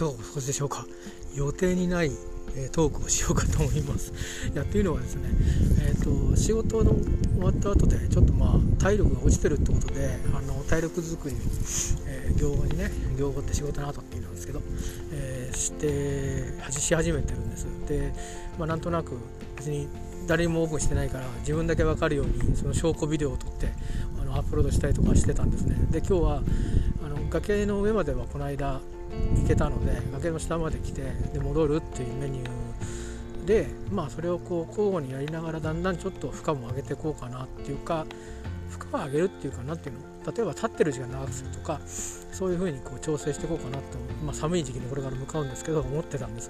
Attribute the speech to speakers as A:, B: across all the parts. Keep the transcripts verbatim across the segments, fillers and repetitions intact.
A: かがお過ごしでしょうか。予定にない、えー、トークをしようかと思います。いやっていうのはですね、えーと、仕事の終わった後でちょっとまあ体力が落ちてるってことで、あの体力作り、えー、業後にね、業後って仕事の後っていうんですけど、えー、してし始めてるんです。で、まあ、なんとなく別に誰にもオープンしてないから自分だけ分かるようにその証拠ビデオを撮ってあのアップロードしたりとかしてたんですね。で、今日はあの崖の上まではこの間行けたので、崖の下まで来てで戻るっていうメニューで、まあそれをこう交互にやりながらだんだんちょっと負荷も上げていこうかなっていうか、負荷を上げるっていうかなんていうの、例えば立ってる時間長くするとか、そういう風にこう調整していこうかなと、まあ、寒い時期にこれから向かうんですけど思ってたんです。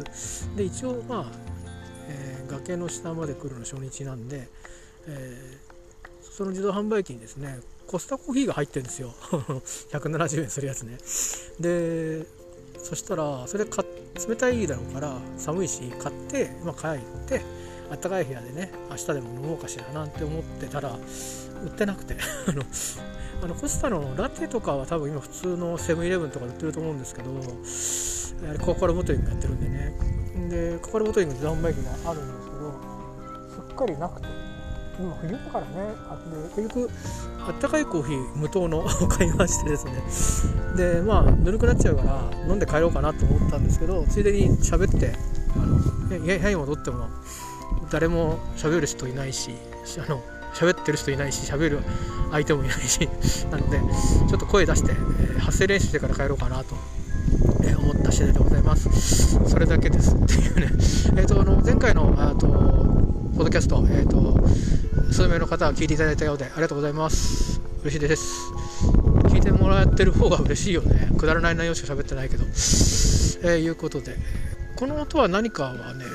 A: で、一応まあ、えー、崖の下まで来るの初日なんで、えー、その自動販売機にですねコスタコーヒーが入ってるんですよひゃくななじゅうえんするやつね。でそしたらそれか冷たいだろうから寒いし買って、まあ、帰ってあったかい部屋でね明日でも飲もうかしらなんて思ってたら売ってなくてあのあのコスタのラテとかは多分今普通のセブンイレブンとかで売ってると思うんですけど、あれコカ・コーラボトリングやってるんでね、でコカ・コーラボトリング自動販売機があるんですけどすっかりなくて、今冬だからね、あで結局あったかいコーヒー無糖のを買いましてですね、でまあぬるくなっちゃうから飲んで帰ろうかなと思ったんですけど、ついでに喋ってあの部屋に戻っても誰も喋る人いないし、あの喋ってる人いないし喋る相手もいないしなのでちょっと声出して、えー、発声練習してから帰ろうかなと、えー、思った次第でございます。それだけですっていうねえーとあの前回のあとポッドキャスト、えーと数名の方が聞いていただいたようでありがとうございます。嬉しいです。聞いてもらってる方が嬉しいよね。くだらない内容しか喋ってないけど、えー、いうことでこの音は何かはね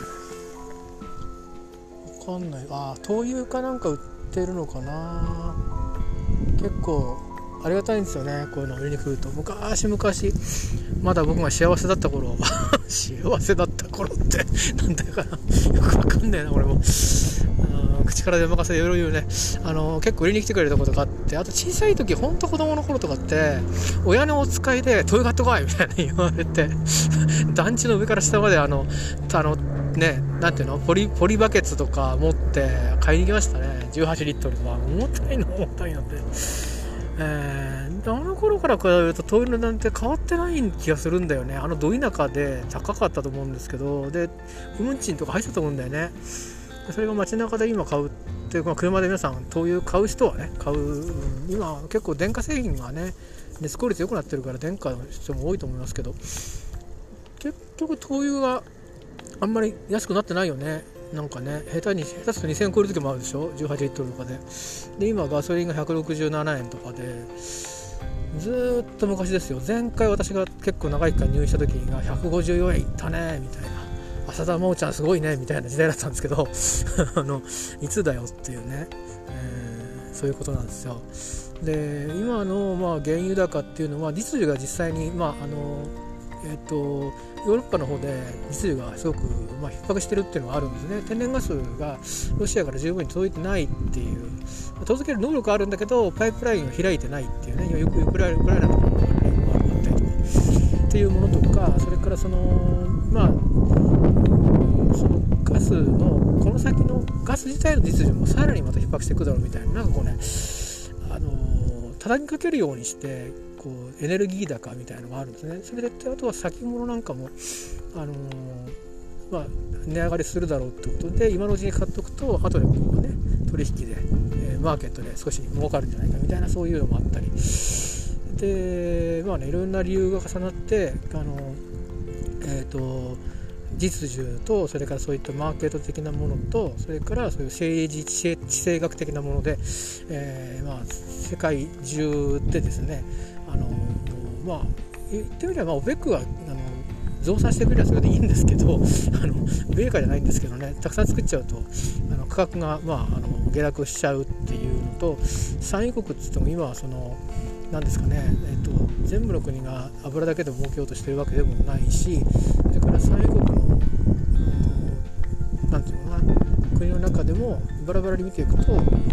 A: わかんない。あー灯油かなんか売ってるのかな。結構ありがたいんですよね、こういうのを売りに来ると。昔々まだ僕が幸せだった頃幸せだった頃ってなんだかなよくわかんねえな俺も。口から出任せでいろいろ言うね。あの結構売りに来てくれるところとかあって、あと小さい時ほんと子供の頃とかって親のお使いで灯油買ってこいみたいな言われて団地の上から下まであのあのねなんていうのポリポリバケツとか持って買いに行きましたね。じゅうはちリットルとか重たいの重たいのって、えー、あの頃から比べると灯油のなんて変わってない気がするんだよね。あのど田舎で高かったと思うんですけど、で運賃とか入ってたと思うんだよね。それが街中で今買うっていうか、車で皆さん灯油買う人はね買う、今結構電化製品がね熱効率良くなってるから電化の人も多いと思いますけど、結局灯油があんまり安くなってないよね。なんかね下手に下手するとにせんえん超える時もあるでしょ、じゅうはちリットルとかで。で今ガソリンがひゃくろくじゅうななえんとかで、ずーっと昔ですよ。前回私が結構長い期間入院した時がひゃくごじゅうよえんいったねみたいな、浅田真央ちゃんすごいねみたいな時代だったんですけどあのいつだよっていうね、えー、そういうことなんですよ。で今のまあ原油高っていうのは実需が実際にまああのえっとヨーロッパの方で実需がすごくまあ逼迫してるっていうのがあるんですね。天然ガスがロシアから十分に届いてないっていう、届ける能力あるんだけどパイプラインを開いてないっていうね、よくウクライナとかのところにあったりとかっていうものとか、それからそのまあそのガスのこの先のガス自体の実需もさらにまた逼迫していくだろうみたいな、なんかこうねあの叩きかけるようにしてこうエネルギー高みたいなのがあるんですね。それであとは先物なんかもあのまあ値上がりするだろうってことで今のうちに買っとくと後でこうね取引で、えー、マーケットで少し儲かるんじゃないかみたいな、そういうのもあったりで、まあねいろんな理由が重なってあのえっと実需とそれからそういったマーケット的なものと、それからそういう政治地政学的なもので、えーまあ、世界中でですねあのまあ言ってみれば、まあ、オペックがあの増産してくれればそれでいいんですけどあの米価じゃないんですけどね、たくさん作っちゃうとあの価格が、まあ、あの下落しちゃうっていうのと、産油国って言っても今はそのなんですかね、えー、と全部の国が油だけでも儲けようとしているわけでもないし、それから産油国のなんていうのかな国の中でもバラバラに見ていくとあの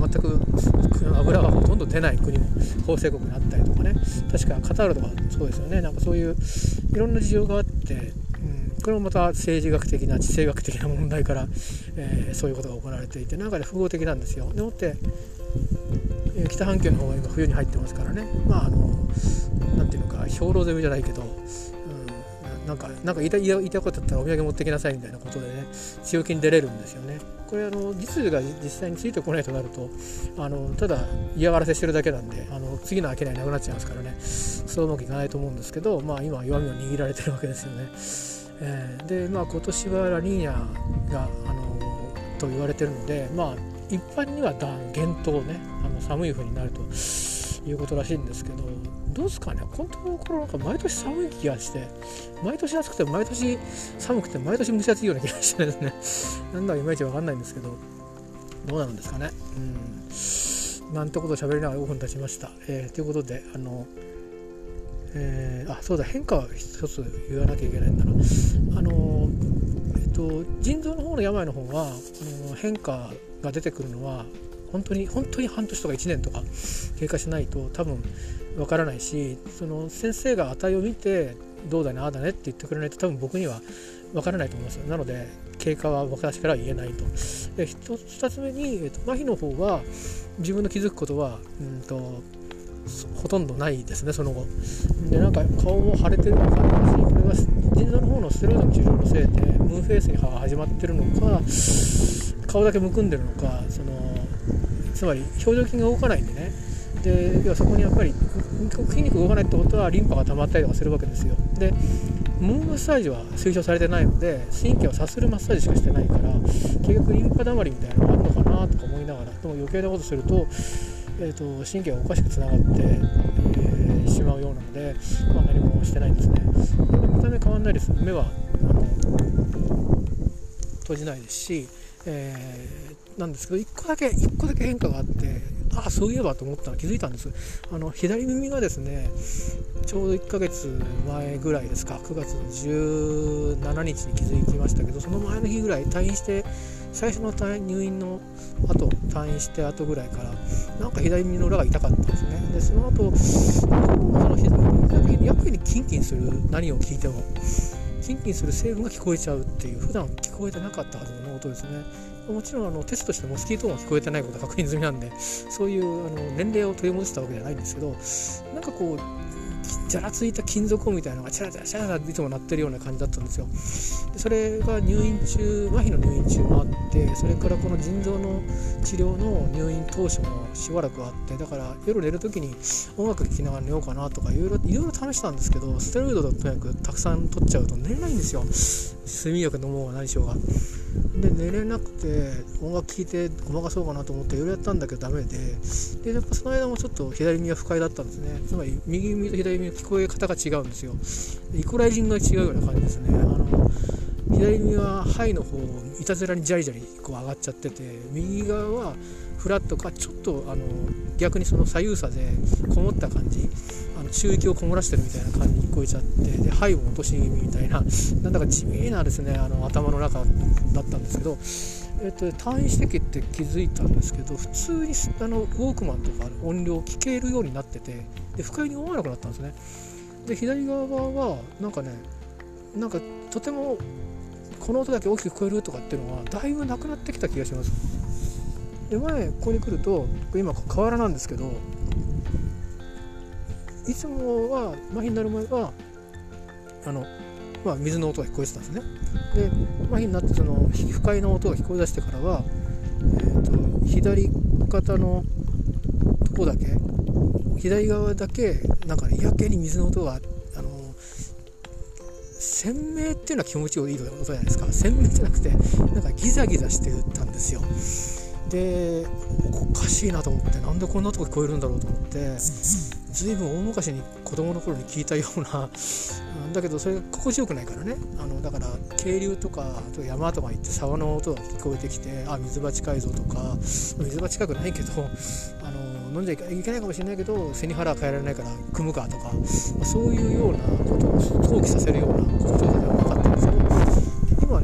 A: 全く油がほとんど出ない国も構成国にあったりとかね、確かカタールとかそうですよね。なんかそういういろんな事情があって、うん、これもまた政治学的な地政学的な問題から、えー、そういうことが行われていて、なんかね複合的なんですよ。でもって、えー、北半球の方が今冬に入ってますからね、まああのなんていうのか兵糧攻めじゃないけど、うん、なんかなんか言いたい言いたいことだったらお土産持ってきなさいみたいなことでね強気に出れるんですよね。これあの実需が実際についてこないとなると、あのただ嫌がらせしてるだけなんで、あの次の商いなくなっちゃいますからね、そううまくいかないと思うんですけど、まあ今弱みを握られてるわけですよね。えー、でまあ今年はラニーニャがあのと言われてるので、まあ一般には厳冬ね、あの寒い風になるということらしいんですけど、どうですかね、本当の頃なんか毎年寒い気がして、毎年暑くて毎年寒くて毎年蒸し暑いような気がしてですねなんだかいまいち分かんないんですけど、どうなんですかね。うん、なんてことを喋りながらごふん経ちました。えー、ということであの、えー、あそうだ変化を一つ言わなきゃいけないんだな。あの、えっと、腎臓の方の病の方はあの変化が出てくるのは本当に本当に半年とかいちねんとか経過しないと多分わからないし、その先生が値を見てどうだねああだねって言ってくれないと多分僕にはわからないと思います。なので経過は私からは言えないと。でふたつめに、えっと、麻痺の方は自分の気づくことはうんとほとんどないですね。その後でなんか顔も腫れてるのか感じ、これは腎臓の方のステロイドの治療のせいでムーンフェイスに始まってるのか、顔だけむくんでるのか、そのつまり表情筋が動かないんでね。で要はそこにやっぱり筋肉が動かないってことはリンパが溜まったりとかするわけですよ。でムーンマッサージは推奨されてないので神経をさするマッサージしかしてないから、結局リンパ溜まりみたいなのがあるのかなとか思いながら、でも余計なことすると、えー、と神経がおかしくつながって、えー、しまうようなので、まあ、何もしてないんですね。見た目変わんないです。目はあの閉じないですし、えー、なんですけどいっこだけいっこだけ変化があって、ああそういえばと思ったら気づいたんです。あの左耳がですね、ちょうどいっかげつまえぐらいですか、くがつのじゅうしちにちに気づきましたけど、その前の日ぐらい退院して、最初の入院の後退院して後ぐらいからなんか左耳の裏が痛かったんですね。でその後その左耳だけやっぱりキンキンする、何を聞いてもキンキンする成分が聞こえちゃうっていう、普段聞こえてなかったはずの音ですね。もちろんあのテストとしてモスキート音が聞こえてないことは確認済みなんで、そういうあの年齢を取り戻したわけじゃないんですけど、なんかこうじゃらついた金属音みたいなのがチャラチャラチャラっていつも鳴ってるような感じだったんですよ。でそれが入院中、麻痺の入院中もあって、それからこの腎臓の治療の入院当初もしばらくあって、だから夜寝るときに音楽聴きながら寝ようかなとかいろいろいろいろ試したんですけど、ステロイドとにかくたくさん取っちゃうと寝れないんですよ。睡眠薬飲もうが何しようが。で寝れなくて音楽聴いてごまかそうかなと思っていろいろやったんだけどダメで、でやっぱその間もちょっと左耳は不快だったんですね。つまり右耳と左耳の聞こえ方が違うんですよ。イコライジングが違うような感じですね。あの左耳は肺の方いたずらにジャリジャリこう上がっちゃってて、右側はフラットかちょっとあの逆にその左右差でこもった感じ、あの中域をこもらしてるみたいな感じに聞こえちゃって、で肺も落とし気味みたいな、なんだか地味なですね、あの頭の中だったんですけど、えっと、退院してきて気づいたんですけど、普通にあのウォークマンとか音量聞けるようになってて、で不快に思わなくなったんですね。で左側はなんかね、なんかとてもこの音だけ大きく聞こえるとかっていうのはだいぶなくなってきた気がします。で前ここに来ると、今河原なんですけど、いつもは麻痺になる前はあの、まあ、水の音が聞こえてたんですね。で麻痺になってその不快な音が聞こえ出してからは、えー、と左肩のとこだけ、左側だけなんかね、やけに水の音があの鮮明っていうのは気持ちがいい音じゃないですか。鮮明じゃなくてなんかギザギザしてたんですよ。でおかしいなと思って、なんでこんなとこ聞こえるんだろうと思って、ずいぶん大昔に子供の頃に聞いたようなだけどそれが心地よくないからね。あのだから渓流とか山とか行って沢の音が聞こえてきて、あ水場近いぞとか、水場近くないけどあの飲んじゃいけないかもしれないけど背に腹は変えられないから組むかとか、そういうようなことを想起させるようなことではなかったんですけど、今ね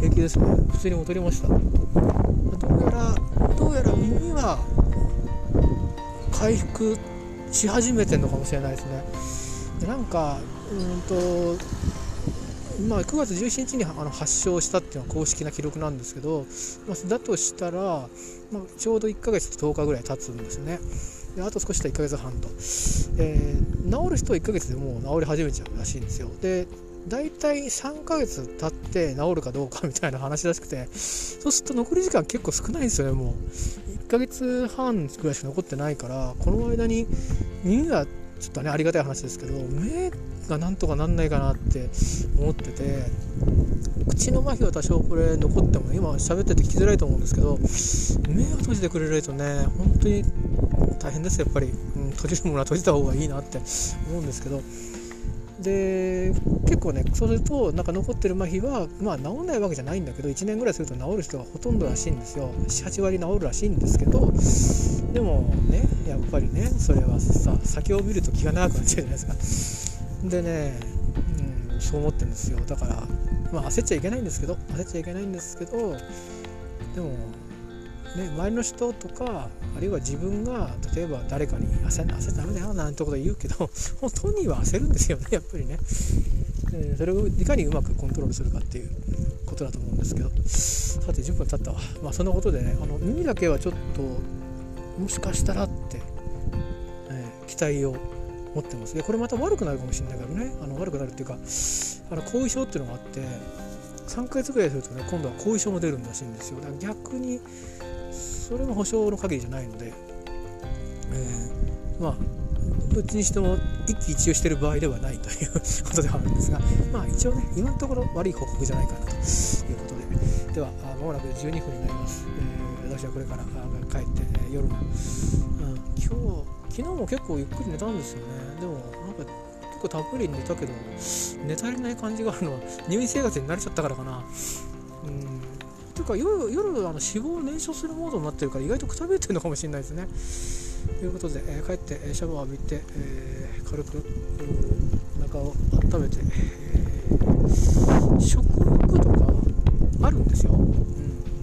A: 平気ですね。普通に戻りました。どうやらどうやら耳は回復し始めてるのかもしれないですね。でなんかうんとまあ、くがつじゅうしちにちにあの発症したっていうのは公式な記録なんですけど、まあ、だとしたら、まあ、ちょうどいっかげつととおかぐらい経つんですよね。であと少ししたらいっかげつはんと、えー、治る人はいっかげつでもう治り始めちゃうらしいんですよ。でだいたいさんかげつ経って治るかどうかみたいな話らしくて、そうすると残り時間結構少ないんですよね。もういっかげつはんぐらいしか残ってないから、この間に耳がちょっとねありがたい話ですけど、目がなんとかなんないかなって思ってて、口の麻痺は多少これ残っても今喋ってて聞きづらいと思うんですけど、目を閉じてくれるとね本当に大変ですやっぱり、うん、閉じるものは閉じた方がいいなって思うんですけど、で結構ねそうするとなんか残ってる麻痺はまあ治んないわけじゃないんだけど、いちねんぐらいすると治る人がほとんどらしいんですよ。 ななはちわり治るらしいんですけど、でもねやっぱりねそれはさ先を見ると気が長くなっちゃうじゃないですか。でね、うん、そう思ってるんですよ。だからまあ焦っちゃいけないんですけど焦っちゃいけないんですけどでもね、周りの人とかあるいは自分が例えば誰かに焦焦っちゃダメだよなんてこと言うけど本人は焦るんですよねやっぱりね、えー、それをいかにうまくコントロールするかっていうことだと思うんですけど、さてじゅっぷん経ったわ。まあそんなことでね、あの耳だけはちょっともしかしたらって、えー、期待を持ってます。でこれまた悪くなるかもしれないからね、あの悪くなるっていうかあの後遺症っていうのがあって、さんかげつぐらいするとね今度は後遺症も出るらしいんですよ。だから逆にそれも保証の限りじゃないので、えー、まあどっちにしても一喜一憂している場合ではないということではあるんですが、まあ一応ね今のところ悪い報告じゃないかなということで、ではまもなくじゅうにふんになります。えー、私はこれから帰って、えー、夜も、うん、今日昨日も結構ゆっくり寝たんですよね。でもなんか結構たっぷり寝たけど寝足りない感じがあるのは入院生活に慣れちゃったからかな。うんというか夜、夜あの脂肪を燃焼するモードになってるから意外とくたびれてるのかもしれないですね。ということで、えー、帰ってシャワー浴びて、えー、軽く中を温めて、えー、食欲とかあるんですよ、うん、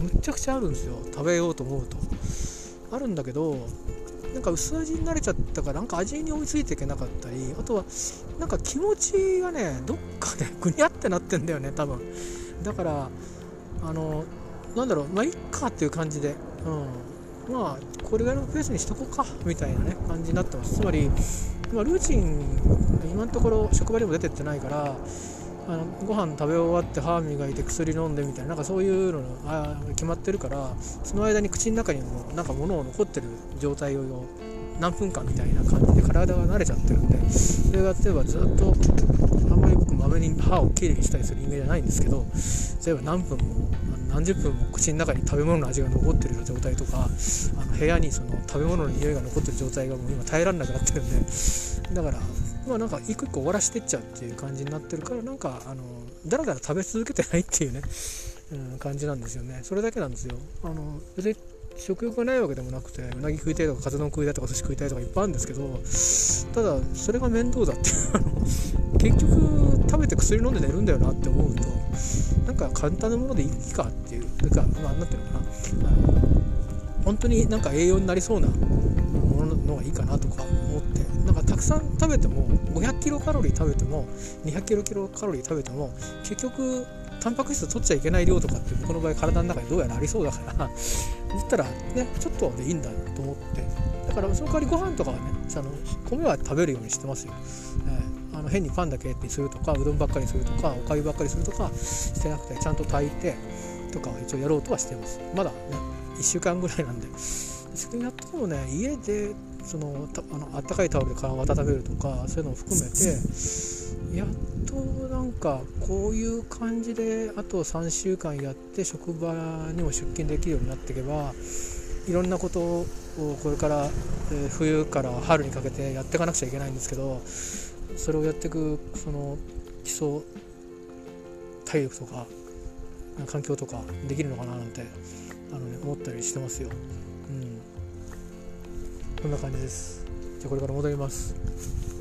A: むっちゃくちゃあるんですよ。食べようと思うとあるんだけど、なんか薄味に慣れちゃったからなんか味に追いついていけなかったり、あとはなんか気持ちがねどっかでぐにゃってなってんだよね多分。だからあのなんだろうまあいっかっていう感じで、うん、まあこれぐらいのペースにしとこうかみたいなね感じになってます。つまり、まあ、ルーチン今のところ職場にも出てってないから、あのご飯食べ終わって歯磨いて薬飲んでみたいな、なんかそういうのあ決まってるから、その間に口の中にもなんか物を残ってる状態を何分間みたいな感じで体が慣れちゃってるんで、それが例えばずっとあんまり僕まめに歯をきれいにしたりする人間じゃないんですけど、例えば何分も何十分も口の中に食べ物の味が残ってる状態とか、あの部屋にその食べ物の匂いが残ってる状態がもう今耐えられなくなってるんで、だからまあなんか一個一個終わらしてっちゃうっていう感じになってるから、なんかあのだらだら食べ続けてないっていうね、うん、感じなんですよね。それだけなんですよ。あの別に食欲がないわけでもなくて、うなぎ食いたいとかカツ丼食いたいとか寿司食いたいとかいっぱいあるんですけど、ただそれが面倒だって結局食べて薬飲んで寝るんだよなって思うと、なんか簡単なものでいいかっていう、なんかまあなんていうのかな、あの本当になんか栄養になりそうなもののがいいかなとか思って、なんかたくさん食べてもごひゃくキロカロリー食べてもにひゃくキロカロリー食べても結局タンパク質取っちゃいけない量とかって僕の場合体の中にどうやらありそうだからだったらねちょっとでいいんだと思って、だからその代わりご飯とかはねあの米は食べるようにしてますよ、えー、あの変にパンだけにするとかうどんばっかりするとかおかゆばっかりするとかしてなくて、ちゃんと炊いてとかは一応やろうとはしてます。まだねいっしゅうかんぐらいなんで、それやってもね家でそのたあのあったかいタオルで顔を温めるとかそういうのを含めてやっとなんかこういう感じであとさんしゅうかんやって職場にも出勤できるようになっていけば、いろんなことをこれから、えー、冬から春にかけてやっていかなくちゃいけないんですけど、それをやっていくその基礎体力とか環境とかできるのかななんてあの、ね、思ったりしてますよ。うん、こんな感じです。じゃあこれから戻ります。